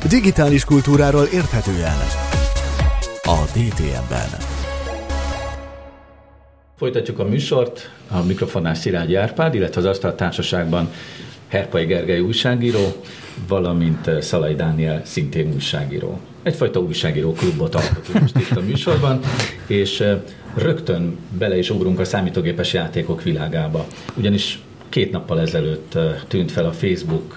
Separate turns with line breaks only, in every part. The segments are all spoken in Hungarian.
Digitális kultúráról érthetően a DTM-ben.
Folytatjuk a műsort, a mikrofonnál Szilágyi Árpád, illetve az Asztaltársaságban Herpai Gergely újságíró, valamint Szalai Dániel szintén újságíró. Egyfajta újságíró klubot alkotunk most itt a műsorban, és rögtön bele is ugrunk a számítógépes játékok világába. Ugyanis 2 nappal ezelőtt tűnt fel a Facebook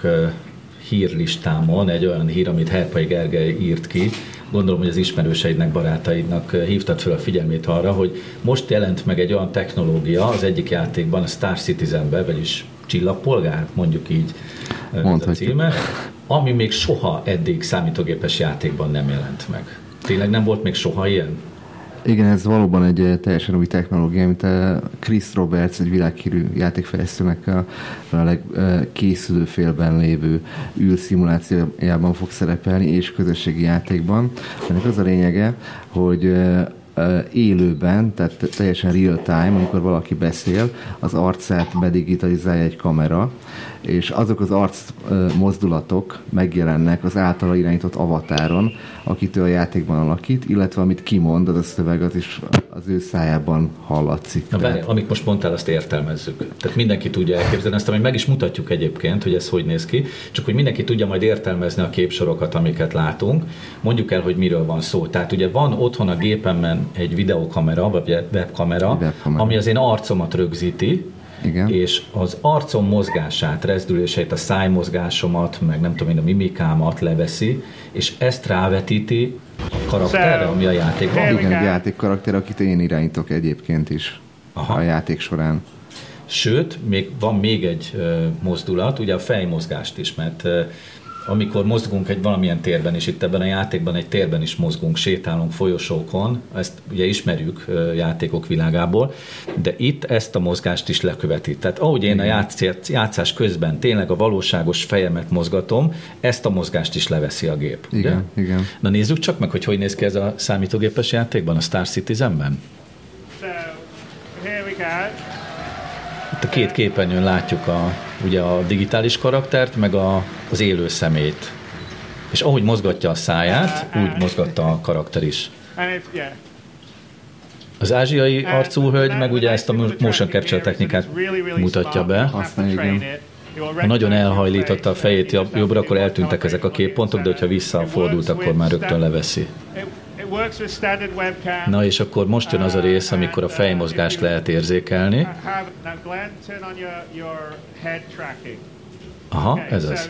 hírlistámon egy olyan hír, amit Herpai Gergely írt ki. Gondolom, hogy az ismerőseidnek, barátaidnak hívtad fel a figyelmét arra, hogy most jelent meg egy olyan technológia az egyik játékban, a Star Citizenben, vagyis Csillagpolgár, mondjuk így ez a címe, ami még soha eddig számítógépes játékban nem jelent meg. Tényleg nem volt még soha ilyen?
Igen, ez valóban egy teljesen új technológia, mint a Chris Roberts, egy világhírű játékfejlesztőnek a készülő félben lévő űrszimulációjában fog szerepelni, és közösségi játékban. Ennek az a lényege, hogy élőben, tehát teljesen real time, amikor valaki beszél, az arcát bedigitalizálja egy kamera, és azok az arc mozdulatok megjelennek az általa irányított avatáron, akit ő a játékban alakít, illetve amit kimond, az a szöveg, az is az ő szájában hallatszik.
Na várj, amit most mondtál, azt értelmezzük. Tehát mindenki tudja elképzelni, azt meg is mutatjuk egyébként, hogy ez hogy néz ki, csak hogy mindenki tudja majd értelmezni a képsorokat, amiket látunk. Mondjuk el, hogy miről van szó. Tehát ugye van otthon a gépemben egy videokamera, vagy webkamera, ami az én arcomat rögzíti,
igen.
És az arcom mozgását, rezdüléseit, a szájmozgásomat, meg nem tudom én, a mimikámat leveszi, és ezt rávetíti a karakterre, ami a játékban.
Igen, a játékkarakter, akit én irányítok egyébként is. Aha. A játék során.
Sőt, van még egy mozdulat, ugye a fejmozgást is, mert amikor mozgunk egy valamilyen térben, és itt ebben a játékban egy térben is mozgunk, sétálunk folyosókon, ezt ugye ismerjük játékok világából, de itt ezt a mozgást is leköveti. Tehát ahogy én a játszás közben tényleg a valóságos fejemet mozgatom, ezt a mozgást is leveszi a gép.
Igen, ugye? Igen.
Na nézzük csak meg, hogy néz ki ez a számítógépes játékban, a Star Citizenben.
So, here we go.
Itt a 2 képernyőn látjuk ugye a digitális karaktert, meg az élő szemét. És ahogy mozgatja a száját, úgy mozgatta a karakter is. Az ázsiai arcú hölgy meg ugye ezt a motion capture technikát mutatja be. Ha nagyon elhajlította a fejét jobbra, akkor eltűntek ezek a képpontok, de hogyha visszafordult, akkor már rögtön leveszi. Na és akkor most jön az a rész, amikor a fejmozgást lehet érzékelni. Aha, ez az.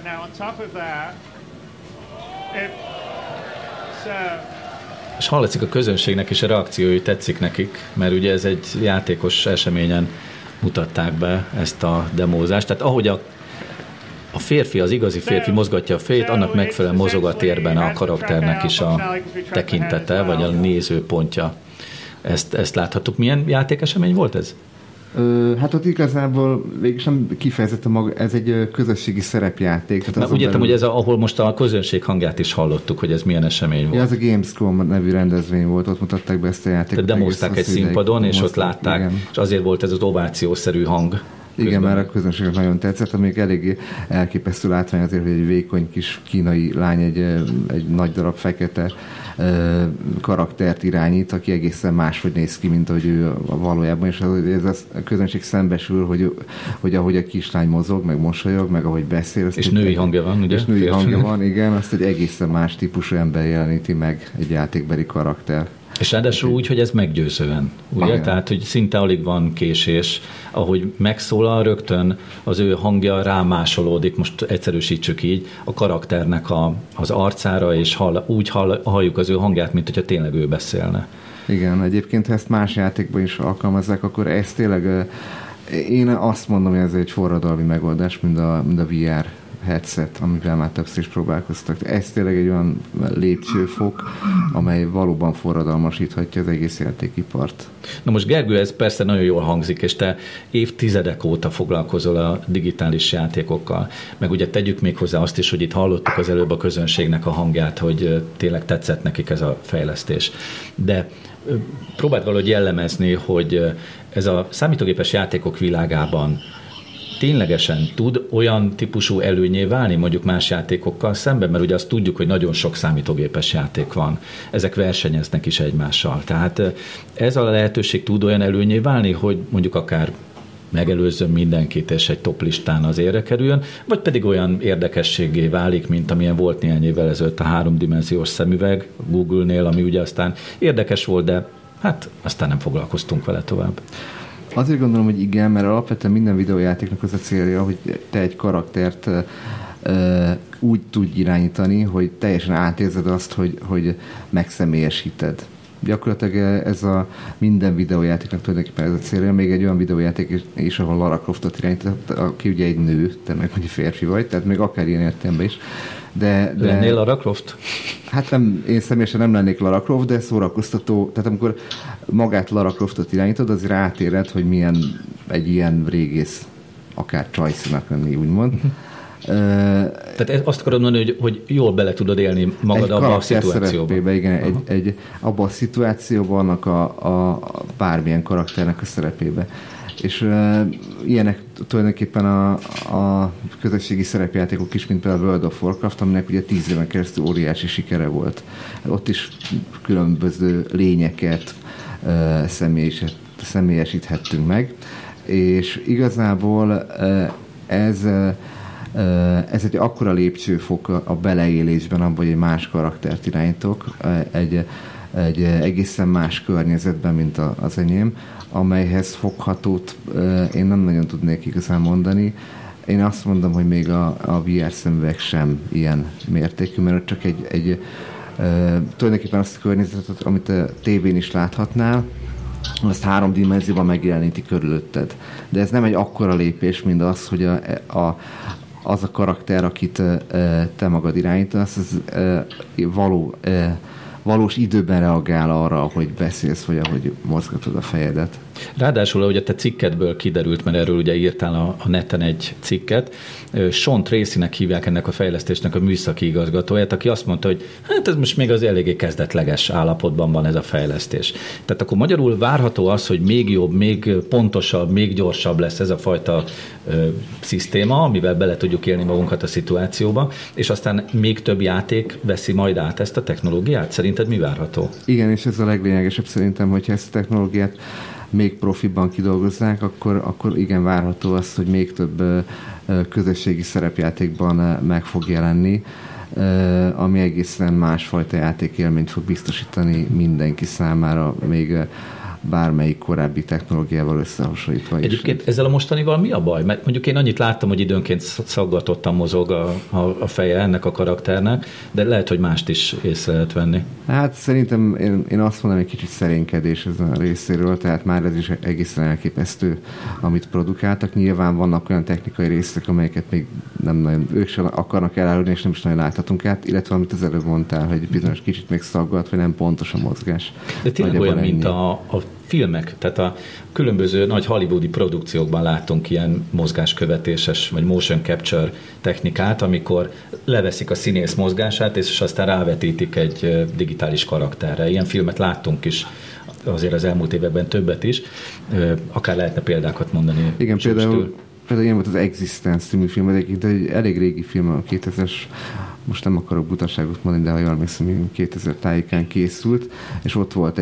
És hallatszik a közönségnek is a reakciói, tetszik nekik, mert ugye ez egy játékos eseményen mutatták be ezt a demózást. Tehát ahogy a férfi, az igazi férfi mozgatja a fejét, annak megfelelően mozog a térben a karakternek is a tekintete, vagy a nézőpontja. Ezt láthattuk. Milyen játékesemény volt ez?
Hát ott igazából végülis nem kifejezetten maga, ez egy közösségi szerepjáték.
Tehát úgy értem, hogy ez ahol most a közönség hangját is hallottuk, hogy ez milyen esemény volt.
Ja, ez a Gamescom nevű rendezvény volt, ott mutatták be ezt a játékot.
Tehát demozták egy színpadon, és ott látták, igen. És azért volt ez az ovációszerű hang.
Igen, már a közönségnek nagyon tetszett, amíg eléggé elképesztő látvány azért, hogy egy vékony kis kínai lány egy nagy darab fekete karaktert irányít, aki egészen máshogy néz ki, mint ahogy ő valójában, és ez a közönség szembesül, hogy ahogy a kislány mozog, meg mosolyog, meg ahogy beszél.
És női hangja van, ugye?
És női hangja van, igen, azt egy egészen más típusú ember jeleníti meg egy játékbeli karakter.
És ráadásul úgy, hogy ez meggyőzően, ugye? Igen. Tehát, hogy szinte alig van késés, ahogy megszólal, rögtön az ő hangja rámásolódik, most egyszerűsítsük így, a karakternek az arcára, és úgy halljuk az ő hangját, mint hogyha tényleg ő beszélne.
Igen, egyébként ha ezt más játékban is alkalmazzák, akkor ez tényleg, én azt mondom, hogy ez egy forradalmi megoldás, mint a VR headset, amivel már többször is próbálkoztak. Ez tényleg egy olyan lépcsőfok, amely valóban forradalmasíthatja az egész játékipart.
Na most Gergő, ez persze nagyon jól hangzik, és te évtizedek óta foglalkozol a digitális játékokkal. Meg ugye tegyük még hozzá azt is, hogy itt hallottuk az előbb a közönségnek a hangját, hogy tényleg tetszett nekik ez a fejlesztés. De próbáld valahogy jellemezni, hogy ez a számítógépes játékok világában ténylegesen tud olyan típusú előnyé válni mondjuk más játékokkal szemben, mert ugye azt tudjuk, hogy nagyon sok számítógépes játék van. Ezek versenyeznek is egymással. Tehát ez a lehetőség tud olyan előnyé válni, hogy mondjuk akár megelőzzön mindenkit, és egy top listán az érre kerüljön, vagy pedig olyan érdekességé válik, mint amilyen volt néhány évvel ezelőtt a 3D szemüveg Google-nél, ami ugye aztán érdekes volt, de hát aztán nem foglalkoztunk vele tovább.
Azért gondolom, hogy igen, mert alapvetően minden videójátéknak az a célja, hogy te egy karaktert úgy tudj irányítani, hogy teljesen átérzed azt, hogy megszemélyesíted. Gyakorlatilag ez a minden videójátéknak tulajdonképpen ez a célja, még egy olyan videójáték is, ahol Lara Croftot irányított, aki ugye egy nő, te meg ugye férfi vagy, tehát még akár ilyen értelemben is. De
lennél Lara Croft?
Hát nem, én személyesen nem lennék Lara Croft, de szórakoztató, tehát amikor magát Lara Croftot irányítod, azért átéred, hogy milyen egy ilyen régész, akár csajszínak lenni, úgymond.
Tehát azt akarod mondani, hogy jól bele tudod élni magad abba a szituációban.
Igen, abban a szituációban annak a bármilyen karakternek a szerepébe. És ilyenek tulajdonképpen a közösségi szerepjátékok is, mint például World of Warcraft, aminek ugye 10 éven keresztül óriási sikere volt. Ott is különböző lényeket személyesíthettünk meg, és igazából ez egy akkora lépcsőfok a beleélésben, abban, hogy egy más karaktert irányítok, egy egészen más környezetben, mint az enyém, amelyhez foghatót én nem nagyon tudnék igazán mondani. Én azt mondom, hogy még a VR szemüveg sem ilyen mértékű, mert csak tulajdonképpen azt a környezetet, amit a tévén is láthatnál, azt 3 dimenzióban megjeleníti körülötted. De ez nem egy akkora lépés, mint az, hogy az a karakter, akit te magad irányítasz, az valós időben reagál arra, ahogy beszélsz, vagy ahogy mozgatod a fejedet.
Ráadásul, ahogy a te cikkedből kiderült, mert erről ugye írtál a neten egy cikket, Sean Tracynek hívják ennek a fejlesztésnek a műszaki igazgatóját, aki azt mondta, hogy hát ez most még az eléggé kezdetleges állapotban van ez a fejlesztés. Tehát akkor magyarul várható az, hogy még jobb, még pontosabb, még gyorsabb lesz ez a fajta szisztéma, amivel bele tudjuk élni magunkat a szituációba, és aztán még több játék veszi majd át ezt a technológiát? Szerinted mi várható? Igen,
és ez a leglényegesebb szerintem, hogyha ezt a technológiát még profiban kidolgozzák, akkor igen, várható az, hogy még több közösségi szerepjátékban meg fog jelenni, ami egészen másfajta játékélményt fog biztosítani mindenki számára, még bármelyik korábbi technológiával összehasonlítva is.
Egyébként ezzel a mostanival mi a baj? Mert mondjuk én annyit láttam, hogy időnként szaggatottan mozog a feje ennek a karakternek, de lehet, hogy mást is észre lehet venni.
Hát szerintem én azt mondom, egy kicsit szerénykedés ez a részéről, tehát már ez is egészen elképesztő, amit produkáltak. Nyilván vannak olyan technikai részek, amelyeket még nem nagyon, ők sem akarnak elárulni, és nem is nagyon láthatunk át, illetve amit az előbb mondtál, hogy bizonyos kicsit még szaggat, vagy nem pontos a mozgás.
De tényleg olyan, mint a filmek, tehát a különböző nagy hollywoodi produkciókban látunk ilyen mozgáskövetéses, vagy motion capture technikát, amikor leveszik a színész mozgását, és aztán rávetítik egy digitális karakterre. Ilyen filmet láttunk is azért az elmúlt években többet is. Akár lehetne példákat mondani.
Igen, például ilyen volt az Existence című film, de egy elég régi film, a 2000-es, most nem akarok butaságot mondani, de ha jól emlékszem, 2000 tájékán készült, és ott volt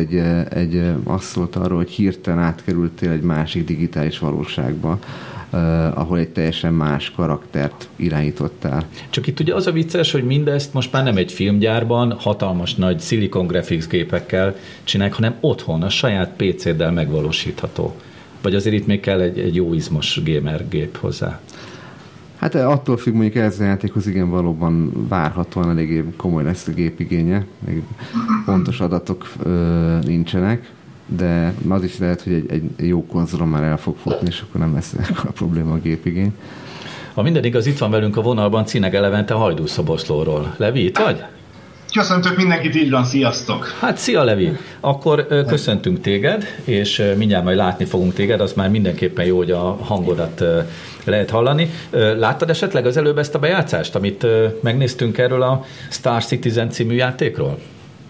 azt szólt arról, hogy hirtelen átkerültél egy másik digitális valóságba, ahol egy teljesen más karaktert irányítottál.
Csak itt ugye az a vicces, hogy mindezt most már nem egy filmgyárban, hatalmas nagy Silicon Graphics gépekkel csinálják, hanem otthon, a saját PC-ddel megvalósítható. Vagy azért itt még kell egy jó izmos gamer gép hozzá?
Hát attól függ, mondjuk ez a játékhoz igen valóban várhatóan eléggé komoly lesz a gépigénye, még pontos adatok nincsenek, de az is lehet, hogy egy jó konzolon már el fog futni, és akkor nem lesz a probléma a gépigény.
Ha minden igaz, itt van velünk a vonalban Cinege Levente Hajdúszoboszlóról. Levi, itt vagy?
Köszöntök mindenkit, így van, sziasztok!
Hát szia Levi! Akkor köszöntünk téged, és mindjárt majd látni fogunk téged, az már mindenképpen jó, hogy a hangodat lehet hallani. Láttad esetleg az előbb ezt a bejátszást, amit megnéztünk erről a Star Citizen című játékról?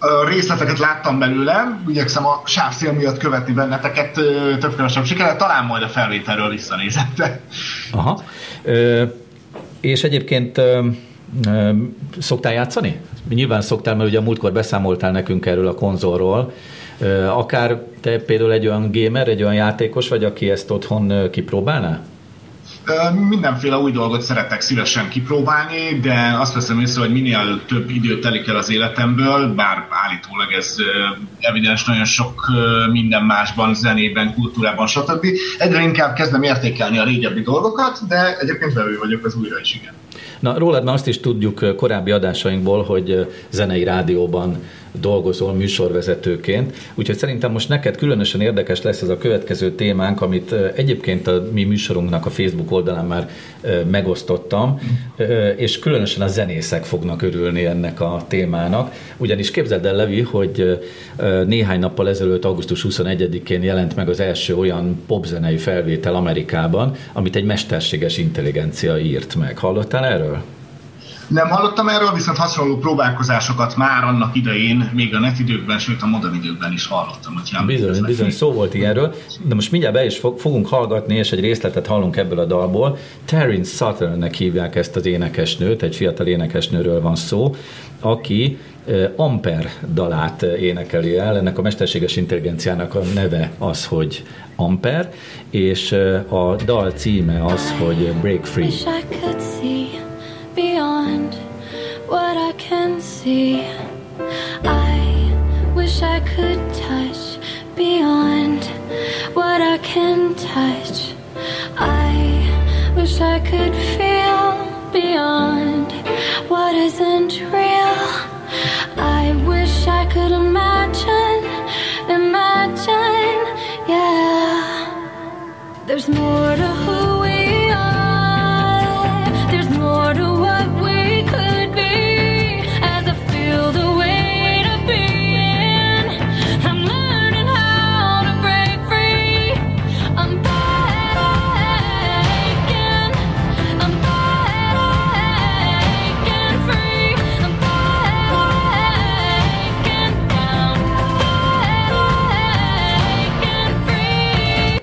részleteket láttam belőle, igyekszem a sávszél miatt követni benneteket, több-kevesebb sikerrel, talán majd a felvételről visszanézem.
Aha. És egyébként szoktál játszani? Nyilván szoktál, mert ugye a múltkor beszámoltál nekünk erről a konzolról. Akár te például egy olyan gamer, egy olyan játékos vagy, aki ezt otthon kipróbálná?
Mindenféle új dolgot szeretek szívesen kipróbálni, de azt veszem észre, hogy minél több idő telik el az életemből, bár állítólag ez evidens nagyon sok minden másban, zenében, kultúrában, stb. Egyre inkább kezdem értékelni a régebbi dolgokat, de egyébként vevő vagyok az újra is, igen.
Na, rólad már azt is tudjuk korábbi adásainkból, hogy zenei rádióban dolgozol műsorvezetőként, úgyhogy szerintem most neked különösen érdekes lesz ez a következő témánk, amit egyébként a mi műsorunknak a Facebook oldalán már megosztottam, és különösen a zenészek fognak örülni ennek a témának, ugyanis képzeld el, Levi, hogy néhány nappal ezelőtt, augusztus 21-én jelent meg az első olyan popzenei felvétel Amerikában, amit egy mesterséges intelligencia írt meg. Hallottál erről?
Nem hallottam erről, viszont hasonló próbálkozásokat már annak idején, még a netidőkben, sőt a modern időkben is hallottam.
Bizony, szó volt ilyenről, de most mindjárt be is fogunk hallgatni, és egy részletet hallunk ebből a dalból. Taryn Sutherlandnek hívják ezt az énekesnőt, egy fiatal énekesnőről van szó, aki Ampere dalát énekeli el. Ennek a mesterséges intelligenciának a neve az, hogy Ampere, és a dal címe az, hogy Break Free.
Beyond what I can see, I wish I could touch beyond what I can touch. I wish I could feel beyond what isn't real. I wish I could imagine, yeah. There's more to who we are. There's more to what we could be. As I feel the weight of being, I'm learning how to break free. I'm breaking free. I'm breaking down, breaking free.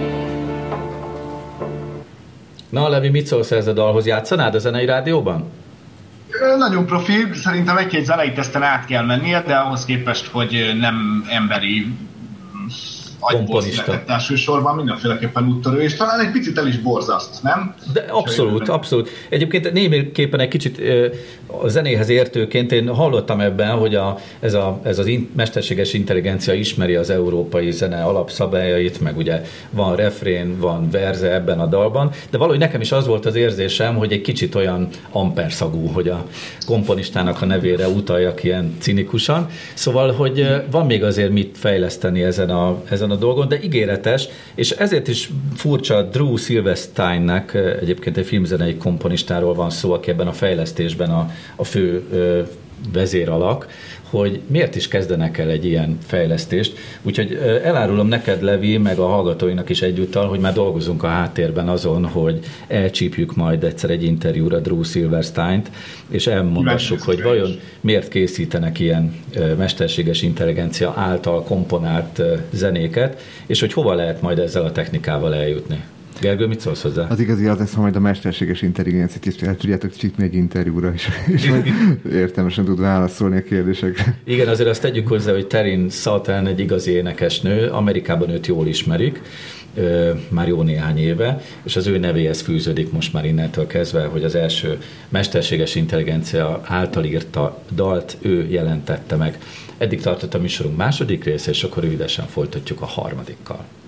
Na, Levi, mit szólsz ez a dalhoz? Játszanád a zenei rádióban?
Nagyon profi, szerintem egy-két zenei teszten át kell mennie, de ahhoz képest, hogy nem emberi agyból született elsősorban, mindenféleképpen úttörő, és talán egy picit el is borzaszt, nem?
De abszolút. Egyébként némiképpen egy kicsit a zenéhez értőként én hallottam ebben, hogy ez az mesterséges intelligencia ismeri az európai zene alapszabályait, meg ugye van refrén, van verze ebben a dalban, de valahogy nekem is az volt az érzésem, hogy egy kicsit olyan Ampere szagú, hogy a komponistának a nevére utaljak ilyen cinikusan. Szóval, hogy van még azért mit fejleszteni ezen a dolgon, de ígéretes, és ezért is furcsa, Drew Silversteinnek, egyébként egy filmzenei komponistáról van szó, aki ebben a fejlesztésben a fő vezéralak, hogy miért is kezdenek el egy ilyen fejlesztést. Úgyhogy elárulom neked, Levi, meg a hallgatóinak is egyúttal, hogy már dolgozunk a háttérben azon, hogy elcsípjük majd egyszer egy interjúra Drew Silversteint, és elmondassuk, hogy vajon miért készítenek ilyen mesterséges intelligencia által komponált zenéket, és hogy hova lehet majd ezzel a technikával eljutni. Gergő, mit szólsz hozzá?
Az igazi az lesz, ha majd a mesterséges intelligenciát is el tudjátok csípni egy interjúra, és majd értelmesen tud válaszolni a kérdésekre.
Igen, azért azt tegyük hozzá, hogy Taryn Sutherland egy igazi énekesnő, Amerikában őt jól ismerik, már jó néhány éve, és az ő nevéhez fűződik most már innentől kezdve, hogy az első mesterséges intelligencia által írta dalt ő jelentette meg. Eddig tartott a műsorunk második része, és akkor rövidesen folytatjuk a harmadikkal.